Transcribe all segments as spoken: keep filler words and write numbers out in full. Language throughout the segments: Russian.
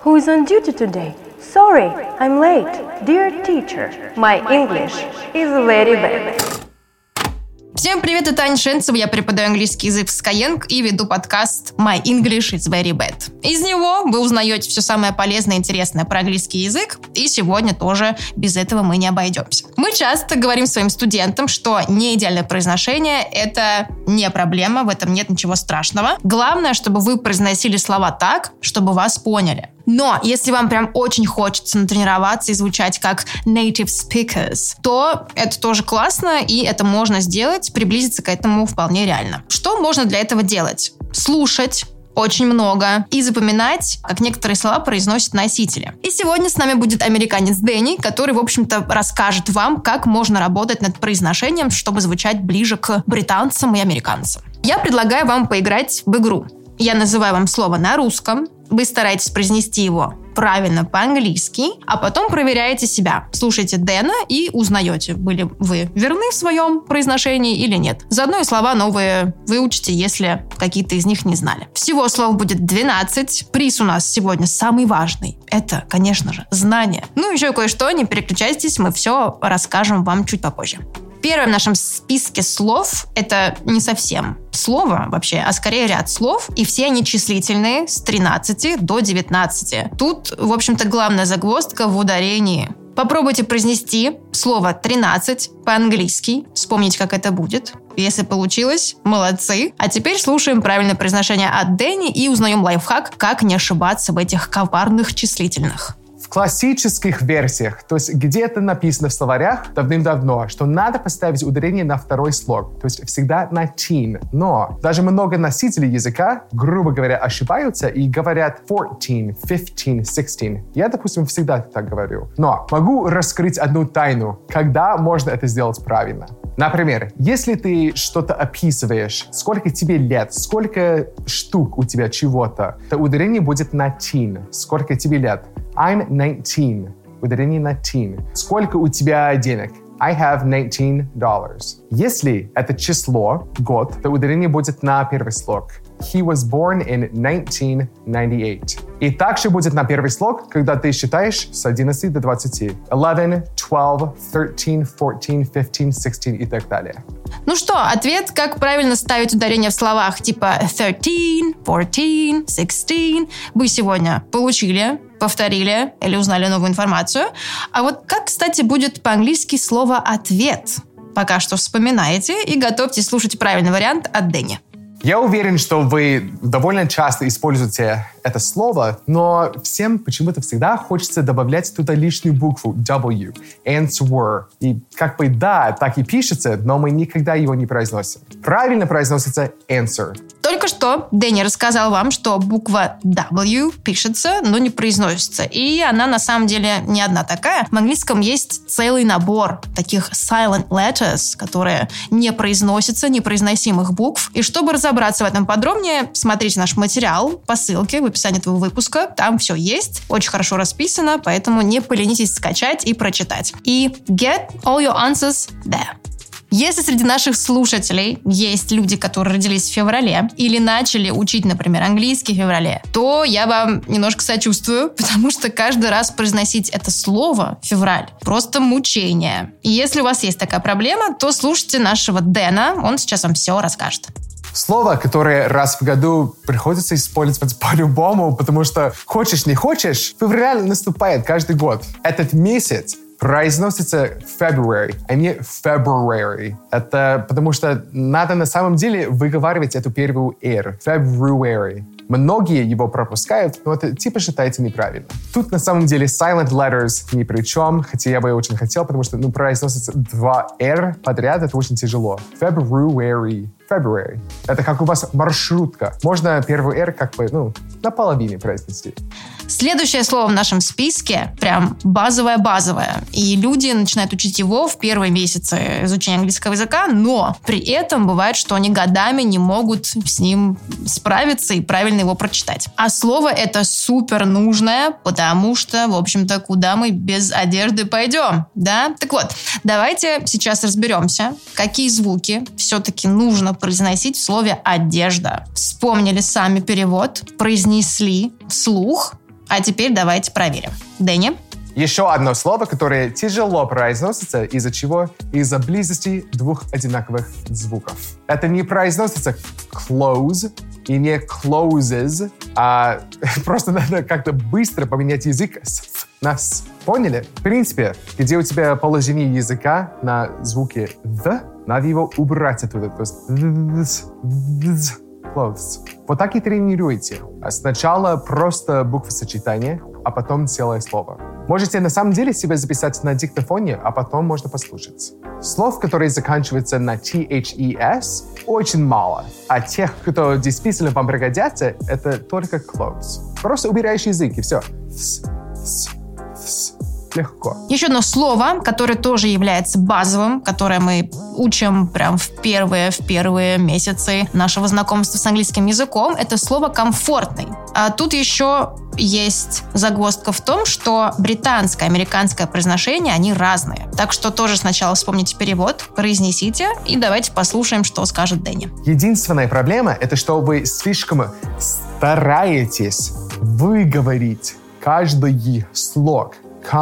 Who is on duty today? Sorry, I'm late. Dear teacher, my English is very bad. Всем привет, это Аня Шенцева, я преподаю английский язык в Skyeng и веду подкаст My English is very bad. Из него вы узнаете все самое полезное и интересное про английский язык, и сегодня тоже без этого мы не обойдемся. Мы часто говорим своим студентам, что неидеальное произношение – это не проблема, в этом нет ничего страшного. Главное, чтобы вы произносили слова так, чтобы вас поняли. Но если вам прям очень хочется натренироваться и звучать как native speakers, то это тоже классно, и это можно сделать, приблизиться к этому вполне реально. Что можно для этого делать? Слушать очень много и запоминать, как некоторые слова произносят носители. И сегодня с нами будет американец Дэнни, который, в общем-то, расскажет вам, как можно работать над произношением, чтобы звучать ближе к британцам и американцам. Я предлагаю вам поиграть в игру. Я называю вам слово на русском, вы стараетесь произнести его правильно по-английски, а потом проверяете себя. Слушайте Дэна и узнаете, были вы верны в своем произношении или нет. Заодно и слова новые выучите, если какие-то из них не знали. Всего слов будет двенадцать. Приз у нас сегодня самый важный. Это, конечно же, знание. Ну, еще кое-что, не переключайтесь, мы все расскажем вам чуть попозже. Первое в нашем списке слов – это не совсем слово вообще, а скорее ряд слов, и все они числительные с тринадцати до девятнадцати. Тут, в общем-то, главная загвоздка в ударении. Попробуйте произнести слово тринадцать по-английски, вспомните, как это будет. Если получилось, молодцы. А теперь слушаем правильное произношение от Дэнни и узнаем лайфхак, как не ошибаться в этих коварных числительных. В классических версиях, то есть где-то написано в словарях давным-давно, что надо поставить ударение на второй слог, то есть всегда на teen. Но даже много носителей языка, грубо говоря, ошибаются и говорят fourteen, fifteen, sixteen. Я, допустим, всегда так говорю. Но могу раскрыть одну тайну, когда можно это сделать правильно. Например, если ты что-то описываешь, сколько тебе лет, сколько штук у тебя чего-то, то ударение будет на teen. Сколько тебе лет? I'm nineteen. Ударение на teen. Сколько у тебя денег? I have nineteen dollars. Если это число, год, то ударение будет на первый слог. He was born in nineteen ninety-eight. И также будет на первый слог, когда ты считаешь с одиннадцати до двадцати. eleven, twelve, thirteen, fourteen, fifteen, sixteen и так далее. Ну что, ответ, как правильно ставить ударение в словах типа thirteen, fourteen, sixteen, вы сегодня получили, повторили или узнали новую информацию. А вот как, кстати, будет по-английски слово «ответ»? Пока что вспоминаете и готовьтесь слушать правильный вариант от Дэнни. Я уверен, что вы довольно часто используете это слово, но всем почему-то всегда хочется добавлять туда лишнюю букву W. Answer. И как бы да, так и пишется, но мы никогда его не произносим. Правильно произносится answer. Только что Дэнни рассказал вам, что буква W пишется, но не произносится. И она на самом деле не одна такая. В английском есть целый набор таких silent letters, которые не произносятся, непроизносимых букв. И чтобы разобраться в этом подробнее, смотрите наш материал по ссылке в описании этого выпуска. Там все есть, очень хорошо расписано, поэтому не поленитесь скачать и прочитать. И get all your answers there. Если среди наших слушателей есть люди, которые родились в феврале или начали учить, например, английский в феврале, то я вам немножко сочувствую, потому что каждый раз произносить это слово «февраль» просто мучение. И если у вас есть такая проблема, то слушайте нашего Дэна, он сейчас вам все расскажет. Слово, которое раз в году приходится использовать по-любому, потому что хочешь не хочешь, февраль наступает каждый год. Этот месяц произносится February, а не February. Это потому что надо на самом деле выговаривать эту первую R. February. Многие его пропускают, но это типа считается неправильно. Тут на самом деле silent letters ни при чем, хотя я бы очень хотел, потому что ну, произносится два R подряд, это очень тяжело. February. February. Это как у вас маршрутка. Можно первую R как бы, ну, наполовине произнести. Следующее слово в нашем списке прям базовое-базовое. И люди начинают учить его в первые месяцы изучения английского языка, но при этом бывает, что они годами не могут с ним справиться и правильно его прочитать. А слово это супер нужное, потому что, в общем-то, куда мы без одежды пойдем, да? Так вот, давайте сейчас разберемся, какие звуки все-таки нужно произносить в слове «одежда». Вспомнили сами перевод, произнесли вслух. А теперь давайте проверим. Дэнни? Еще одно слово, которое тяжело произносится, из-за чего? Из-за близости двух одинаковых звуков. Это не произносится close и не closes, а просто надо как-то быстро поменять язык с «ф» на «с». Поняли? В принципе, где у тебя положение языка на звуке «th», надо его убрать оттуда. То есть clothes. Вот так и тренируйте. Сначала просто буквосочетание, а потом целое слово. Можете на самом деле себя записать на диктофоне, а потом можно послушать. Слов, которые заканчиваются на T-H-E-S, очень мало. А тех, кто действительно вам пригодятся, это только clothes. Просто убираешь язык, и все. Тс, тс, тс. Легко. Еще одно слово, которое тоже является базовым, которое мы учим прям в первые, в первые месяцы нашего знакомства с английским языком, это слово «комфортный». А тут еще есть загвоздка в том, что британское, американское произношение, они разные. Так что тоже сначала вспомните перевод, произнесите, и давайте послушаем, что скажет Дэнни. Единственная проблема — это что вы слишком стараетесь выговорить каждый слог.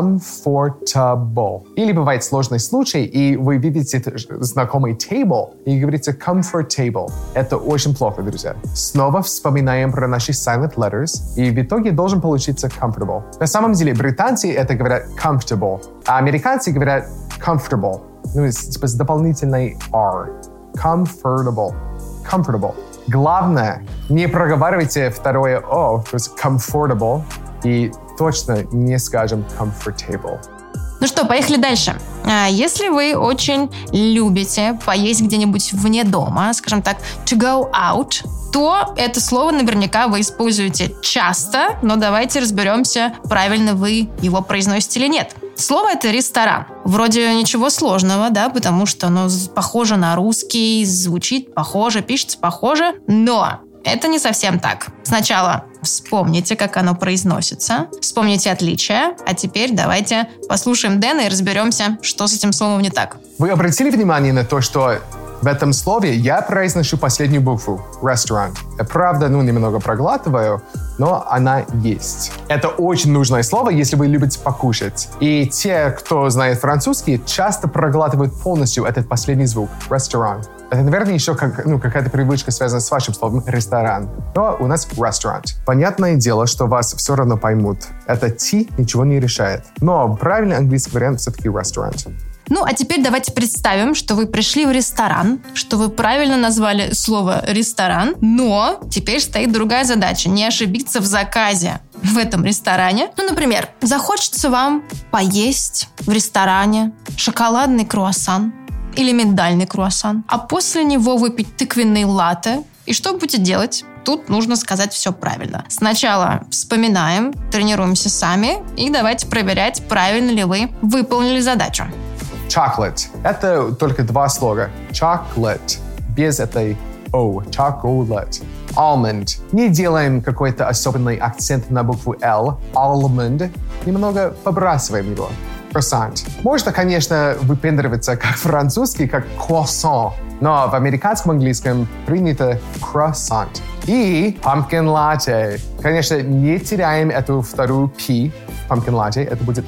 Comfortable. Или бывает сложный случай, и вы видите знакомый table и говорите comfortable. Это очень плохо, друзья. Снова вспоминаем про наши silent letters, и в итоге должен получиться comfortable. На самом деле, британцы это говорят comfortable, а американцы говорят comfortable. Ну, типа с дополнительной R. Comfortable. Comfortable. Главное, не проговаривайте второе O, то есть comfortable, и точно не скажем comfortable. Ну что, поехали дальше. Если вы очень любите поесть где-нибудь вне дома, скажем так, to go out, то это слово наверняка вы используете часто, но давайте разберемся, правильно вы его произносите или нет. Слово это ресторан. Вроде ничего сложного, да, потому что оно похоже на русский, звучит похоже, пишется похоже, но это не совсем так. Сначала вспомните, как оно произносится, вспомните отличия, а теперь давайте послушаем Дэна и разберемся, что с этим словом не так. Вы обратили внимание на то, что в этом слове я произношу последнюю букву restaurant. Я, правда, ну, немного проглатываю, но она есть. Это очень нужное слово, если вы любите покушать. И те, кто знает французский, часто проглатывают полностью этот последний звук restaurant. Это, наверное, еще как, ну, какая-то привычка, связанная с вашим словом ресторан. Но у нас restaurant. Понятное дело, что вас все равно поймут. Это T ничего не решает. Но правильный английский вариант все-таки restaurant. Ну, а теперь давайте представим, что вы пришли в ресторан, что вы правильно назвали слово «ресторан», но теперь стоит другая задача – не ошибиться в заказе в этом ресторане. Ну, например, захочется вам поесть в ресторане шоколадный круассан или миндальный круассан, а после него выпить тыквенный латте. И что будете делать? Тут нужно сказать все правильно. Сначала вспоминаем, тренируемся сами и давайте проверять, правильно ли вы выполнили задачу. Chocolate. Это только два слога. Chocolate. Без этой O. Chocolate. Almond. Не делаем какой-то особенный акцент на букву L. Almond. Немного побрасываем его. Croissant. Можно, конечно, выпендриваться как французский, как croissant. Но в американском английском принято croissant. И pumpkin latte. Конечно, не теряем эту вторую P. Pumpkin latte. Это будет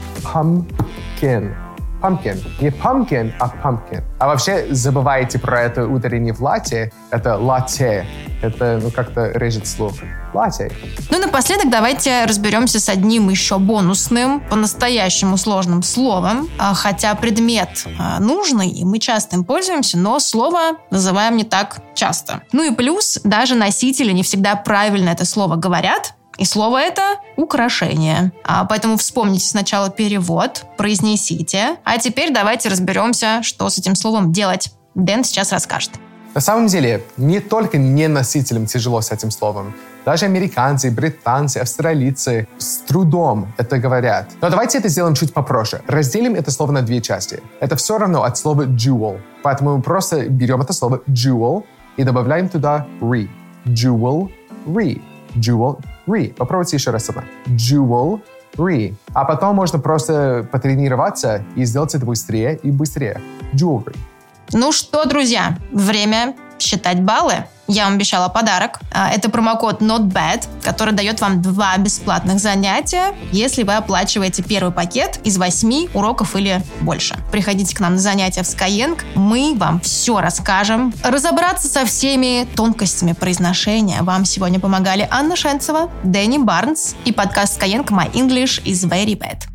pumpkin. Pumpkin. Не pumpkin, а pumpkin. А вообще забывайте про это ударение в латте. Это латте. Это, ну, как-то режет слух. Латте. Ну и напоследок давайте разберемся с одним еще бонусным, по-настоящему сложным словом. Хотя предмет нужный, и мы часто им пользуемся, но слово называем не так часто. Ну и плюс, даже носители не всегда правильно это слово говорят. И слово это украшение. А поэтому вспомните сначала перевод, произнесите. А теперь давайте разберемся, что с этим словом делать. Дэн сейчас расскажет. На самом деле, не только не носителям тяжело с этим словом. Даже американцы, британцы, австралийцы с трудом это говорят. Но давайте это сделаем чуть попроще. Разделим это слово на две части. Это все равно от слова jewel. Поэтому мы просто берем это слово jewel и добавляем туда re. Jewelry. Jewelry. Попробуйте еще раз сама. Jewelry. А потом можно просто потренироваться и сделать это быстрее и быстрее. Jewelry. Ну что, друзья, время считать баллы. я вам обещала подарок. Это промокод not bad, который дает вам два бесплатных занятия, если вы оплачиваете первый пакет из восьми уроков или больше. Приходите к нам на занятия в Skyeng, мы вам все расскажем. Разобраться со всеми тонкостями произношения вам сегодня помогали Анна Шенцева, Дэнни Барнс и подкаст Skyeng My English is very bad.